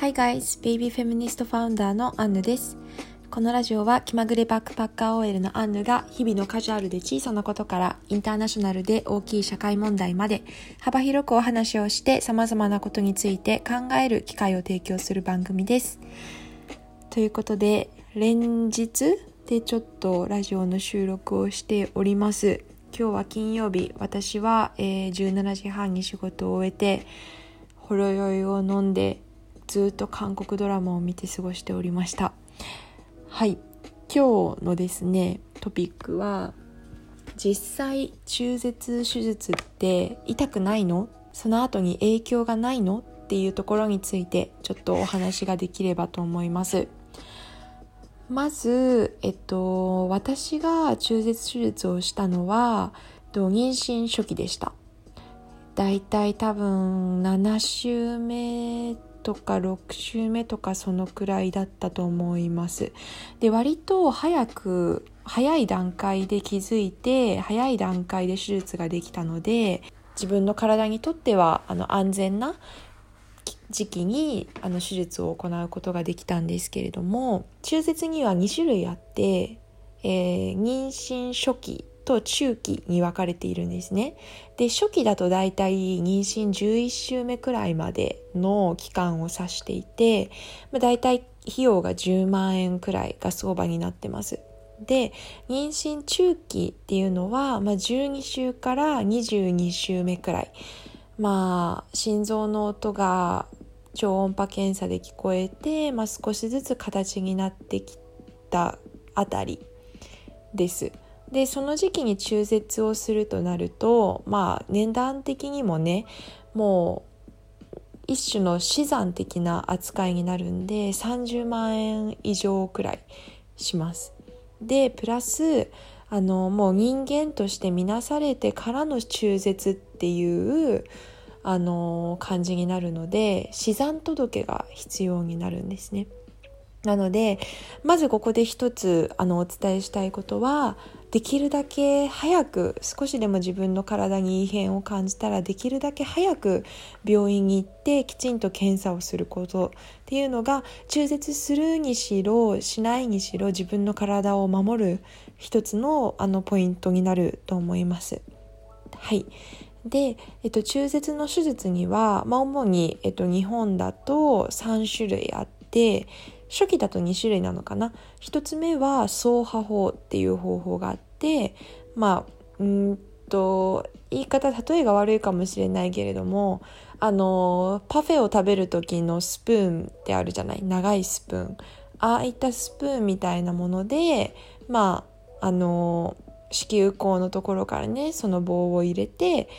Hi guys, ベイビーフェミニストファウンダーのアンヌです。このラジオは気まぐれバックパッカー OL のアンヌが日々のカジュアルで小さなことからインターナショナルで大きい社会問題まで幅広くお話をして様々なことについて考える機会を提供する番組です。ということで連日でちょっとラジオの収録をしております。今日は金曜日、私は、17時半に仕事を終えてほろ酔いを飲んでずっと韓国ドラマを見て過ごしておりました。はい、今日のですねトピックは、実際中絶手術って痛くないの？その後に影響がないの？っていうところについてちょっとお話ができればと思います。まず、私が中絶手術をしたのは妊娠初期でした。だいたい多分7週目とか6週目とかそのくらいだったと思います。で、割と早い段階で気づいて早い段階で手術ができたので、自分の体にとっては安全な時期に手術を行うことができたんですけれども、中絶には2種類あって、妊娠初期と中期に分かれているんですね。で、初期だとだいたい妊娠11週目くらいまでの期間を指していて、だいたい費用が10万円くらいが相場になってます。で、妊娠中期っていうのは、12週から22週目くらい、心臓の音が超音波検査で聞こえて、少しずつ形になってきたあたりです。で、その時期に中絶をするとなると、年段的にもね、もう一種の死産的な扱いになるんで30万円以上くらいします。で、プラスもう人間として見なされてからの中絶っていう感じになるので、死産届が必要になるんですね。なので、まずここで一つお伝えしたいことは、できるだけ早く、少しでも自分の体に異変を感じたらできるだけ早く病院に行ってきちんと検査をすることっていうのが、中絶するにしろしないにしろ自分の体を守る一つのポイントになると思います。はい。で、中絶の手術には、主に、日本だと3種類あって、初期だと2種類なのかな。1つ目は掻爬法っていう方法があって、言い方、例えが悪いかもしれないけれども、パフェを食べる時のスプーンってあるじゃない、長いスプーン、ああいったスプーンみたいなもので、子宮口のところからね、その棒を入れて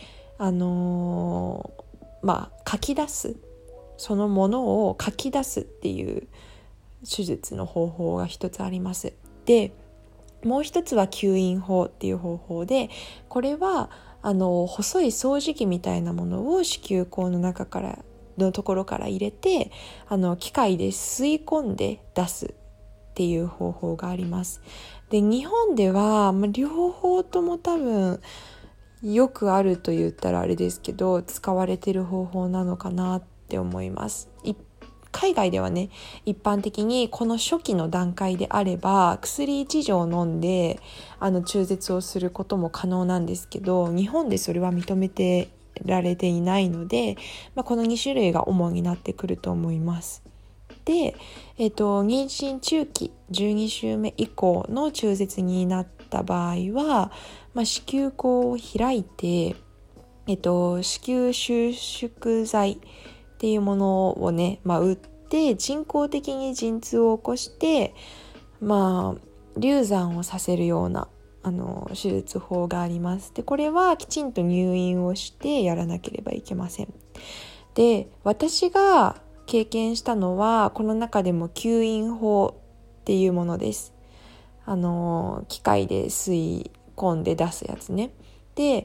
書き出す、そのものを書き出すっていう手術の方法が一つあります。で、もう一つは吸引法っていう方法で、これは細い掃除機みたいなものを子宮口の中からのところから入れて、機械で吸い込んで出すっていう方法があります。で、日本では、両方とも多分よくあると言ったらあれですけど、使われている方法なのかなって思います。海外ではね、一般的にこの初期の段階であれば薬1錠飲んで中絶をすることも可能なんですけど、日本でそれは認めてられていないので、この2種類が主になってくると思います。で、妊娠中期12週目以降の中絶になった場合は、子宮口を開いて、子宮収縮剤っていうものをね、打って人工的に陣痛を起こして、流産をさせるような手術法があります。で、これはきちんと入院をしてやらなければいけません。で、私が経験したのはこの中でも吸引法っていうものです。機械で吸い込んで出すやつね。で、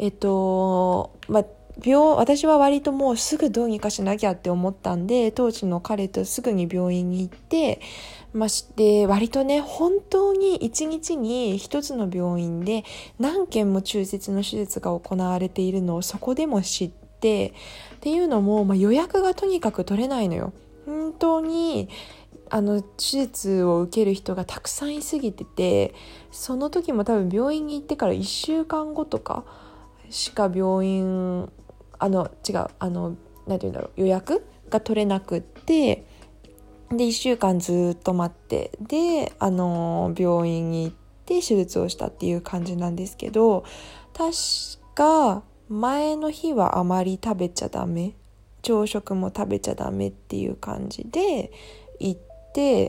私は割ともうすぐどうにかしなきゃって思ったんで、当時の彼とすぐに病院に行って、で割とね、本当に1日に一つの病院で何件も中絶の手術が行われているのをそこでも知って、っていうのも、予約がとにかく取れないのよ。 本当に手術を受ける人がたくさんいすぎてて、その時も多分病院に行ってから1週間後とかしか病院なんていうんだろう、予約が取れなくって、で1週間ずっと待って、で病院に行って手術をしたっていう感じなんですけど、確か前の日はあまり食べちゃダメ、朝食も食べちゃダメっていう感じで行って、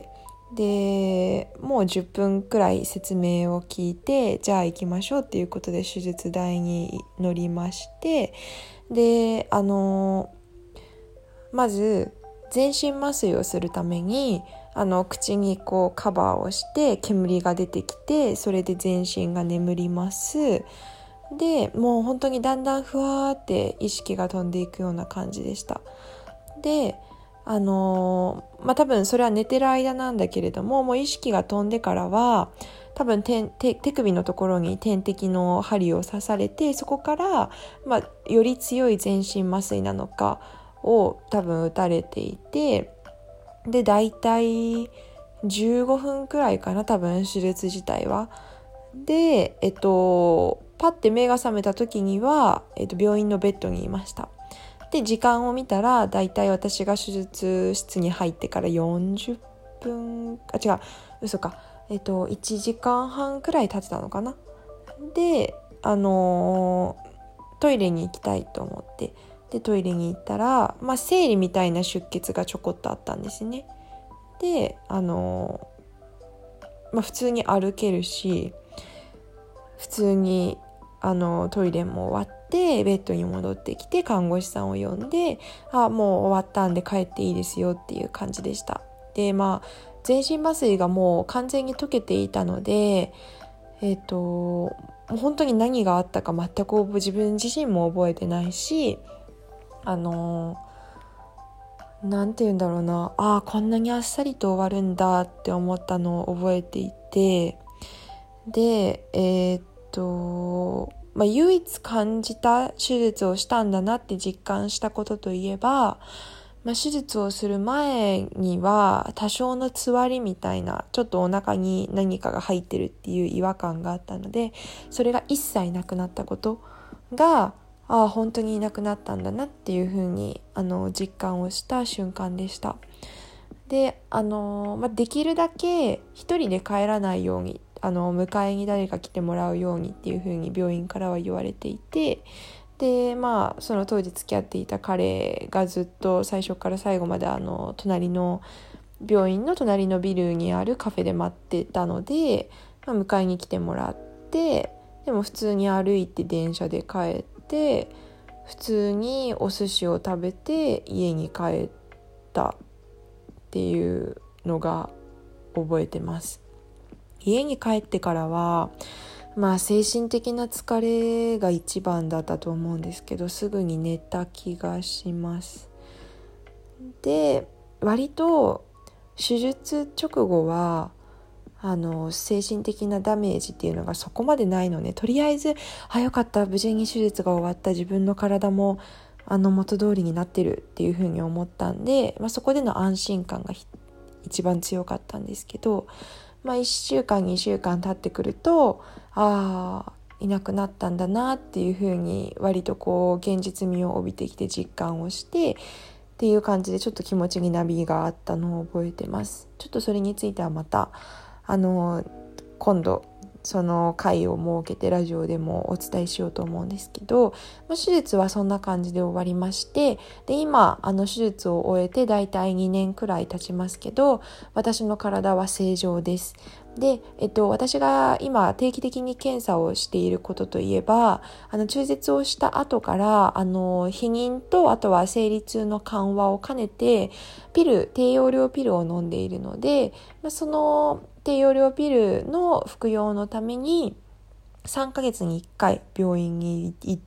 でもう10分くらい説明を聞いて、じゃあ行きましょうっていうことで手術台に乗りまして、でまず全身麻酔をするために口にこうカバーをして煙が出てきて、それで全身が眠ります。でもう本当にだんだんふわーって意識が飛んでいくような感じでした。で多分それは寝てる間なんだけれども、もう意識が飛んでからは多分手首のところに点滴の針を刺されて、そこから、より強い全身麻酔なのかを多分打たれていて、でだいたい15分くらいかな、多分手術自体は。でパッて目が覚めた時には、病院のベッドにいました。で時間を見たら、だいたい私が手術室に入ってから40分嘘か1時間半くらい経ってたのかな。でトイレに行きたいと思って、でトイレに行ったら、生理みたいな出血がちょこっとあったんですね。で普通に歩けるし、普通にトイレも終わってベッドに戻ってきて看護師さんを呼んで、もう終わったんで帰っていいですよっていう感じでした。で全身麻酔がもう完全に解けていたので、もう本当に何があったか全く自分自身も覚えてないし、なんて言うんだろうな、こんなにあっさりと終わるんだって思ったのを覚えていて、で唯一感じた手術をしたんだなって実感したことといえば、手術をする前には多少のつわりみたいな、ちょっとお腹に何かが入ってるっていう違和感があったので、それが一切なくなったことが、本当になくなったんだなっていうふうに実感をした瞬間でした。でできるだけ一人で帰らないように、迎えに誰か来てもらうようにっていう風に病院からは言われていて、でその当時付き合っていた彼がずっと最初から最後まで病院の隣のビルにあるカフェで待ってたので、迎えに来てもらって、でも普通に歩いて電車で帰って、普通にお寿司を食べて家に帰ったっていうのが覚えてます。家に帰ってからは精神的な疲れが一番だったと思うんですけど、すぐに寝た気がします。で割と手術直後は精神的なダメージっていうのがそこまでないのね。とりあえずよかった、無事に手術が終わった、自分の体も元通りになってるっていう風に思ったんで、そこでの安心感が一番強かったんですけど、1週間2週間経ってくると、いなくなったんだなっていう風に割と現実味を帯びてきて実感をしてっていう感じで、ちょっと気持ちにナビがあったのを覚えてます。ちょっとそれについてはまた今度その回を設けてラジオでもお伝えしようと思うんですけど、手術はそんな感じで終わりまして、で今手術を終えてだいたい2年くらい経ちますけど、私の体は正常です。で、私が今定期的に検査をしていることといえば、中絶をした後から避妊とあとは生理痛の緩和を兼ねて低用量ピルを飲んでいるので、その低用量ピルの服用のために3ヶ月に1回病院に行って、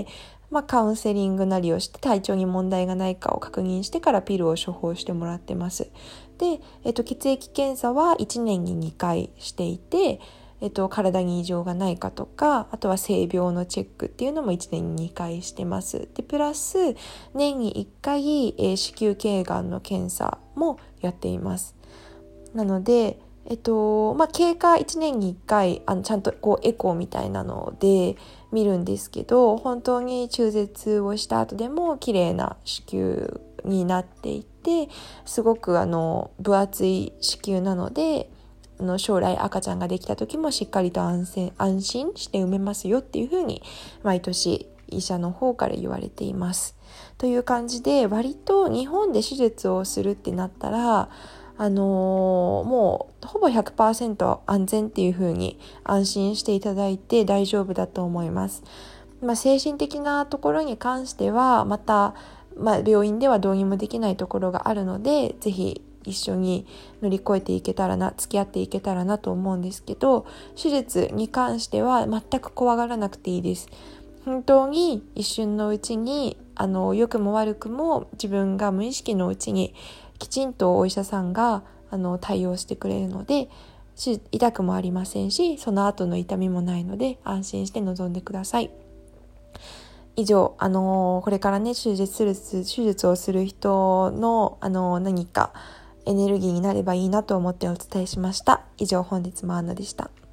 カウンセリングなりをして体調に問題がないかを確認してからピルを処方してもらってます。で、血液検査は1年に2回していて、 体に異常がないかとか、あとは性病のチェックっていうのも1年に2回してます。でプラス年に1回、子宮頸がんの検査もやっています。なので経過1年に1回ちゃんとエコーみたいなので見るんですけど、本当に中絶をした後でも綺麗な子宮になっていて、すごく分厚い子宮なので将来赤ちゃんができた時もしっかりと安心して産めますよっていうふうに毎年医者の方から言われています。という感じで、割と日本で手術をするってなったらもうほぼ 100% 安全っていう風に安心していただいて大丈夫だと思います。精神的なところに関してはまた、病院ではどうにもできないところがあるので、ぜひ一緒に乗り越えていけたらな、付き合っていけたらなと思うんですけど、手術に関しては全く怖がらなくていいです。本当に一瞬のうちに良くも悪くも自分が無意識のうちにきちんとお医者さんが対応してくれるので、痛くもありませんし、その後の痛みもないので安心して臨んでください。以上、これからね手術をする人の何かエネルギーになればいいなと思ってお伝えしました。以上、本日もアンナでした。